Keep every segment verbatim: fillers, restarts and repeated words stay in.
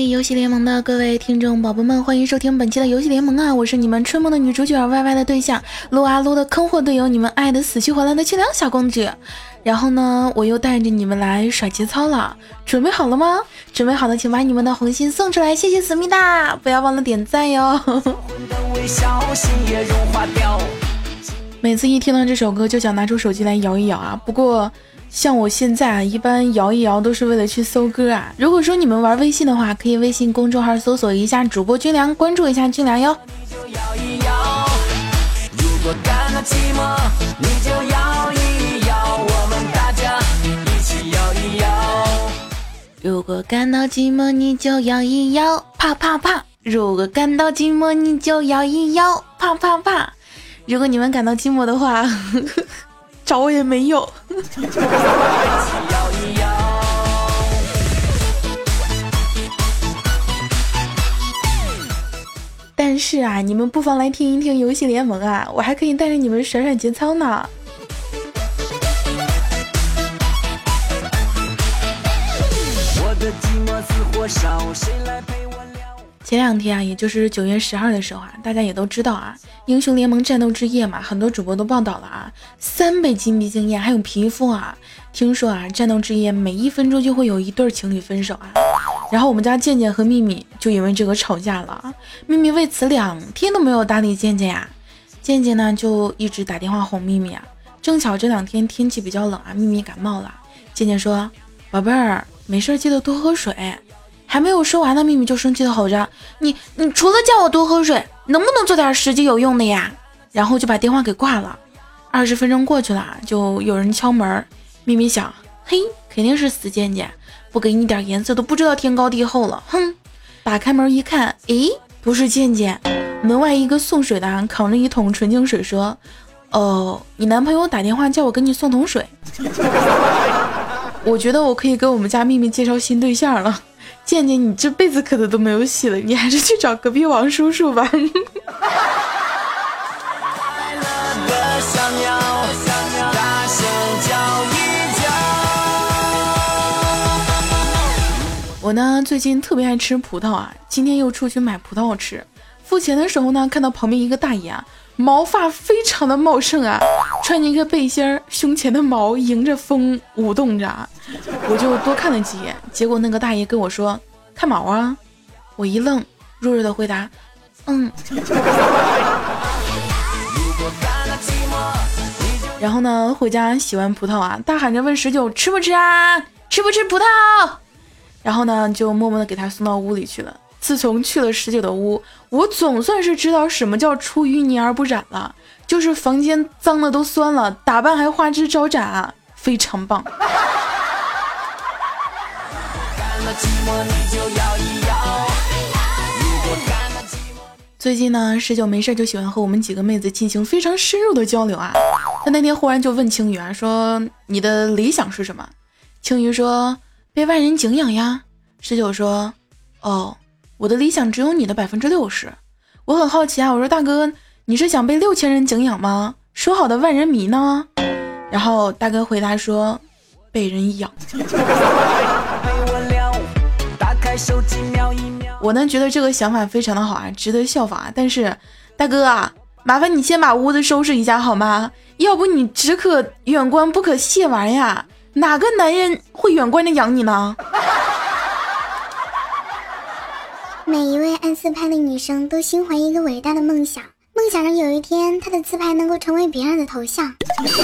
嘿，游戏联盟的各位听众宝宝们，欢迎收听本期的游戏联盟啊！我是你们春梦的女主角歪歪的对象，撸啊撸的坑货队友，你们爱的死去活来的清凉小公主。然后呢，我又带着你们来甩节操了，准备好了吗？准备好了，请把你们的红心送出来，谢谢思密达，不要忘了点赞哟。每次一听到这首歌，就想拿出手机来摇一摇啊。不过像我现在啊，一般摇一摇都是为了去搜歌啊。如果说你们玩微信的话，可以微信公众号搜索一下主播军良，关注一下军良哟。如果感到寂寞，你就摇一摇，我们大家一起摇一摇。如果感到寂寞，你就摇一摇，啪啪啪。如果感到寂寞，你就摇一摇，啪啪啪。如果你们感到寂寞的话，呵呵找我也没有。但是啊，你们不妨来听一听游戏联盟啊，我还可以带着你们甩甩节操呢。我的寂寞似火烧，谁来陪我聊？前两天啊，也就是九月十号的时候啊，大家也都知道啊，英雄联盟战斗之夜嘛，很多主播都报道了啊，三倍金币经验还有皮肤啊。听说啊，战斗之夜每一分钟就会有一对情侣分手啊。然后我们家健健和秘密就因为这个吵架了，秘密为此两天都没有搭理健健呀。健健呢就一直打电话哄秘密啊。正巧这两天天气比较冷啊，秘密感冒了。健健说：“宝贝儿，没事记得多喝水。”还没有说完呢，秘密就生气的吼着：“你你除了叫我多喝水，能不能做点实际有用的呀？”然后就把电话给挂了。二十分钟过去了，就有人敲门。秘密想：嘿，肯定是死健健，不给你点颜色都不知道天高地厚了，哼！打开门一看，诶，不是健健，门外一个送水的扛着一桶纯净水说：“哦，你男朋友打电话叫我给你送桶水。”我觉得我可以给我们家秘密介绍新对象了。健健，你这辈子可能都没有戏了，你还是去找隔壁王叔叔吧。我呢最近特别爱吃葡萄啊，今天又出去买葡萄吃。付钱的时候呢，看到旁边一个大爷啊，毛发非常的茂盛啊，穿着一个背心儿，胸前的毛迎着风舞动着啊。我就多看了几眼，结果那个大爷跟我说：“看毛啊！”我一愣，弱弱的回答：“嗯。”然后呢，回家洗完葡萄啊，大喊着问十九吃不吃啊，吃不吃葡萄？然后呢，就默默的给他送到屋里去了。自从去了十九的屋，我总算是知道什么叫出淤泥而不染了，就是房间脏的都酸了，打扮还花枝招展啊，非常棒。最近呢，十九没事就喜欢和我们几个妹子进行非常深入的交流啊。他那天忽然就问青鱼啊，说你的理想是什么？青鱼说被万人敬仰呀。十九说哦，我的理想只有你的百分之六十。我很好奇啊，我说大哥，你是想被六千人敬仰吗？说好的万人迷呢？然后大哥回答说被人养。我呢觉得这个想法非常的好啊，值得效仿啊。但是大哥啊，麻烦你先把屋子收拾一下好吗？要不你只可远观不可亵玩呀，哪个男人会远观着养你呢？ 每一位爱自拍的女生都心怀一个伟大的梦想，梦想着有一天她的自拍能够成为别人的头像。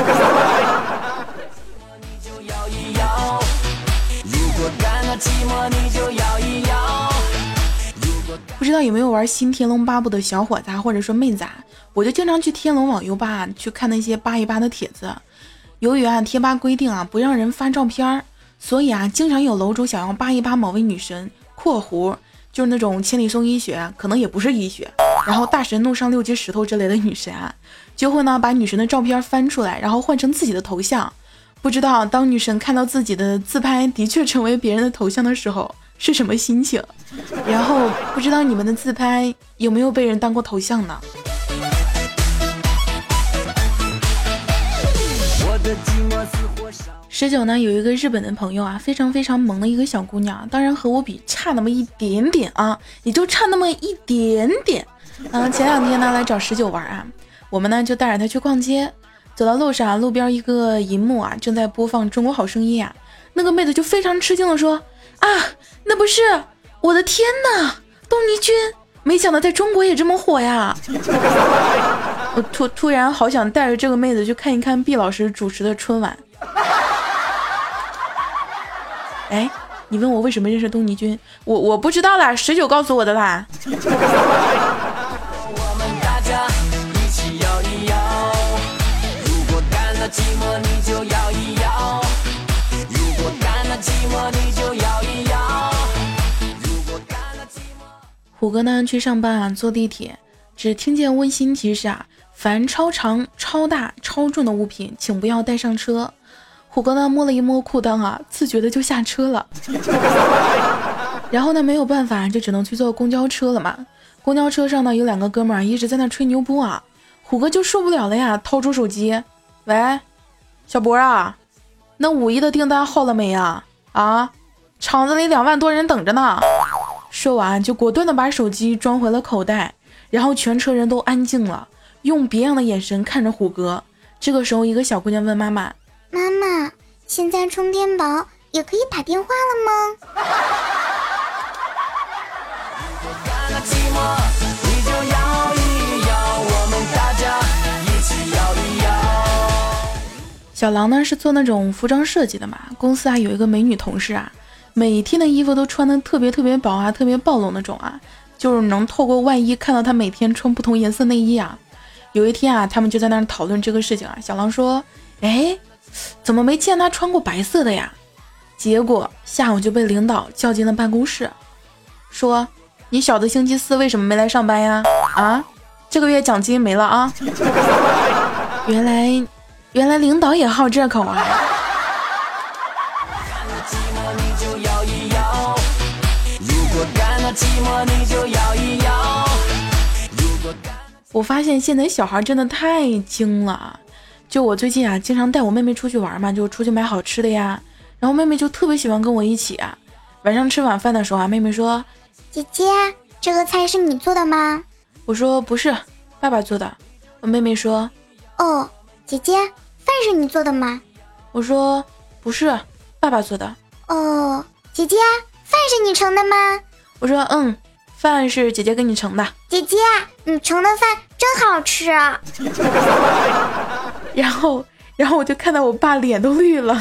不知道有没有玩新天龙八部的小伙子或者说妹子啊，我就经常去天龙网游吧、啊、去看那些扒一扒的帖子。由于啊贴吧规定啊不让人发照片，所以啊经常有楼主想要扒一扒某位女神（括弧就是那种千里送医学，可能也不是医学，然后大神怒上六级石头之类的女神啊），就会呢把女神的照片翻出来，然后换成自己的头像。不知道当女神看到自己的自拍的确成为别人的头像的时候是什么心情，然后不知道你们的自拍有没有被人当过头像呢？我的寂寞似火烧。 十九呢有一个日本的朋友啊，非常非常萌的一个小姑娘，当然和我比差那么一点点啊，也就差那么一点点。嗯、呃，前两天呢来找十九玩啊，我们呢就带着她去逛街，走到路上，路边一个银幕啊正在播放《中国好声音》啊，那个妹子就非常吃惊的说啊，那不是，我的天哪，东尼君，没想到在中国也这么火呀！我突突然好想带着这个妹子去看一看毕老师主持的春晚。哎，你问我为什么认识东尼君，我我不知道啦，十九告诉我的啦。我们大家一起摇一摇，如果干了寂寞你就摇一摇，如果干了寂寞你就摇一摇，如果干了寂寞。虎哥呢去上班啊，坐地铁，只听见温馨提示啊，凡超长、超大、超重的物品，请不要带上车。虎哥呢摸了一摸裤裆啊，自觉的就下车了。然后呢没有办法，就只能去坐公交车了嘛。公交车上呢有两个哥们儿一直在那吹牛波啊，虎哥就受不了了呀，掏出手机，喂，小博啊，那五一的订单号了没呀？啊，厂子里两万多人等着呢。说完就果断的把手机装回了口袋，然后全车人都安静了，用别样的眼神看着虎哥。这个时候一个小姑娘问妈妈， 妈妈，现在充电宝也可以打电话了吗？ 小狼呢是做那种服装设计的嘛，公司啊有一个美女同事啊，每天的衣服都穿的特别特别薄啊，特别暴露那种啊，就是能透过外衣看到她每天穿不同颜色内衣啊。有一天啊，他们就在那儿讨论这个事情啊，小狼说，哎，怎么没见她穿过白色的呀？结果下午就被领导叫进了办公室，说，你小子星期四为什么没来上班呀？啊，这个月奖金没了啊。原来原来领导也好这口啊。我发现现在小孩真的太精了，就我最近啊经常带我妹妹出去玩嘛，就出去买好吃的呀，然后妹妹就特别喜欢跟我一起啊。晚上吃晚饭的时候啊，妹妹说， 姐姐，这个菜是你做的吗？ 我说不是，爸爸做的。我妹妹说， 哦，姐姐，饭是你做的吗？ 我说不是，爸爸做的。 哦，姐姐，饭是你盛的吗？ 我说嗯，饭是姐姐给你盛的。 姐姐，你盛的饭真好吃啊。 然后然后我就看到我爸脸都绿了。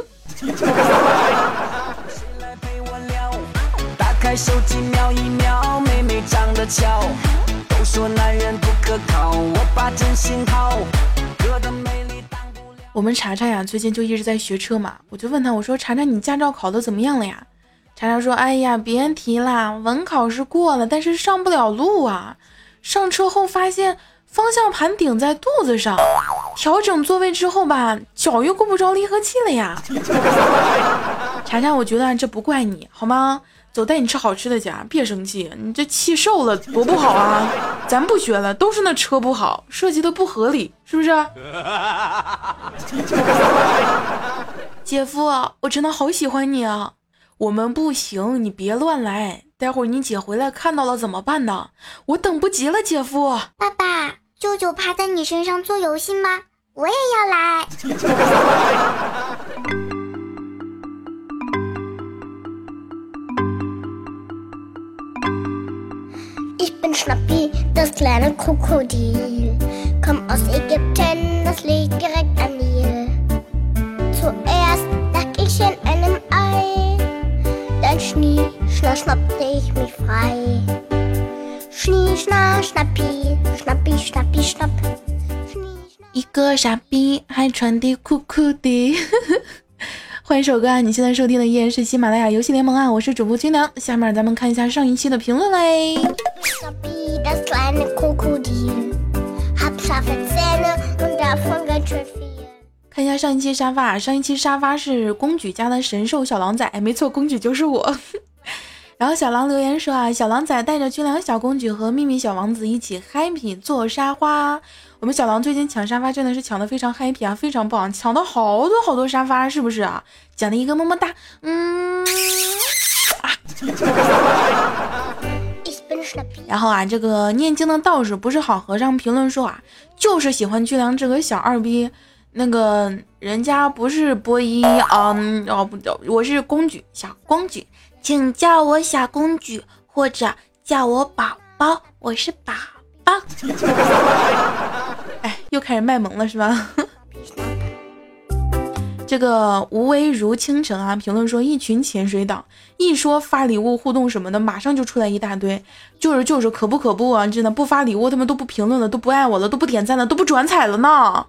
打开手机瞄一瞄，妹妹长得俏，都说男人不可靠，我把真心掏，哥的美丽当不了。我们查查呀最近就一直在学车嘛，我就问他，我说查查你驾照考的怎么样了呀？查查说，哎呀别提啦，文考是过了，但是上不了路啊，上车后发现方向盘顶在肚子上，调整座位之后吧，脚又够不着离合器了呀。查查，我觉得这不怪你好吗？走，带你吃好吃的去啊，别生气，你这气瘦了多不好啊。咱不学了，都是那车不好，设计的不合理，是不是？姐夫，我真的好喜欢你啊。我们不行，你别乱来，待会儿你姐回来看到了怎么办呢？我等不及了，姐夫。 爸爸，舅舅趴在你身上做游戏吗？我也要来。Ich bin Schnappi, das kleine Krokodil. Komm aus Ägypten, das liegt direkt am Nil. Zuerst lag ich in einem Ei, dann schnie, schna, schnappte ich mich frei. Schnie, schna, schnappi, schnappi, schnappi, schnapp. 一个傻逼还穿的酷酷的。欢迎首歌啊！你现在收听的依然是喜马拉雅游戏联盟啊，我是主播君良。下面咱们看一下上一期的评论嘞。看一下上一期沙发，上一期沙发是公举家的神兽小狼仔，没错，公举就是我。然后小狼留言说啊，小狼仔带着君良小公举和秘密小王子一起 happy 做沙发。 我们小狼最近抢沙发真的是抢得非常 happy 啊，非常棒，抢到好多好多沙发，是不是啊？奖励一个么么哒，嗯啊。然后啊，这个念经的道士不是好和尚评论说啊，就是喜欢巨良这个小二逼，那个人家不是波一啊，哦不，我是公举小公举，请叫我小公举或者叫我宝宝，我是宝宝。哎，又开始卖萌了是吧？这个无为如倾城啊，评论说一群潜水党，一说发礼物互动什么的，马上就出来一大堆，就是就是可不可不啊，真的不发礼物，他们都不评论了，都不爱我了，都不点赞了，都不转彩了呢。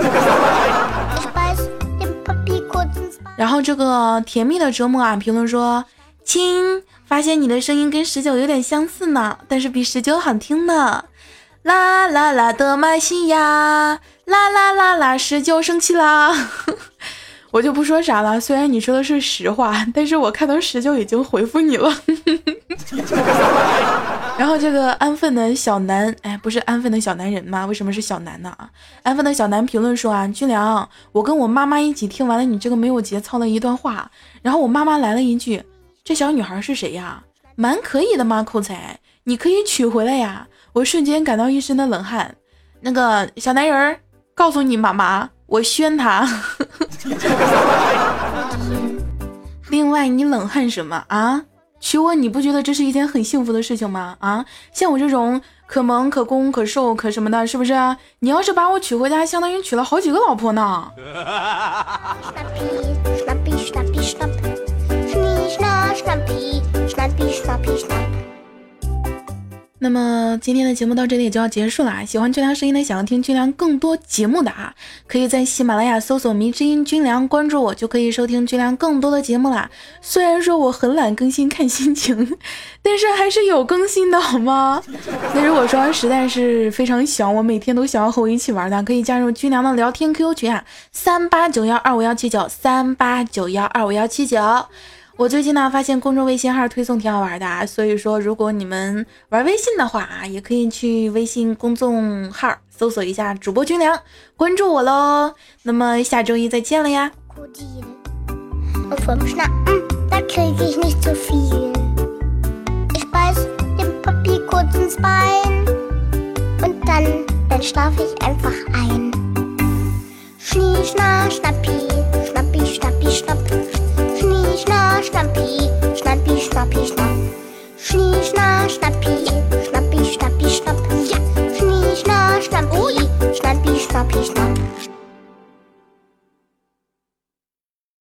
然后这个甜蜜的折磨啊，评论说亲，发现你的声音跟十九有点相似呢，但是比十九好听呢。啦啦啦的马西亚，啦啦啦啦，十九生气啦。我就不说啥了，虽然你说的是实话，但是我看到十九已经回复你了。然后这个安分的小男，哎，不是安分的小男人吗？为什么是小男呢？安分的小男评论说啊，军良，我跟我妈妈一起听完了你这个没有节操的一段话，然后我妈妈来了一句，这小女孩是谁呀？蛮可以的嘛，口才，你可以娶回来呀。我瞬间感到一身的冷汗。那个小男人，告诉你妈妈，我宣他。另外你冷汗什么啊？娶我你不觉得这是一件很幸福的事情吗？啊，像我这种可萌可攻可受可什么的，是不是？你要是把我娶回家，相当于娶了好几个老婆呢。那么今天的节目到这里也就要结束了。喜欢军良声音的，想要听军良更多节目的啊，可以在喜马拉雅搜索迷之音军良，关注我就可以收听军良更多的节目啦。虽然说我很懒更新看心情，但是还是有更新的好吗？那如果说实在是非常想我每天都想要和我一起玩的，可以加入军良的聊天 Q Q 群啊，三八九幺二五幺七九三八九幺二五幺七九。我最近呢发现公众微信号推送挺好玩的啊，所以说如果你们玩微信的话啊，也可以去微信公众号搜索一下主播军良，关注我咯。那么下周一再见了呀。Schnie, schna, schnapp.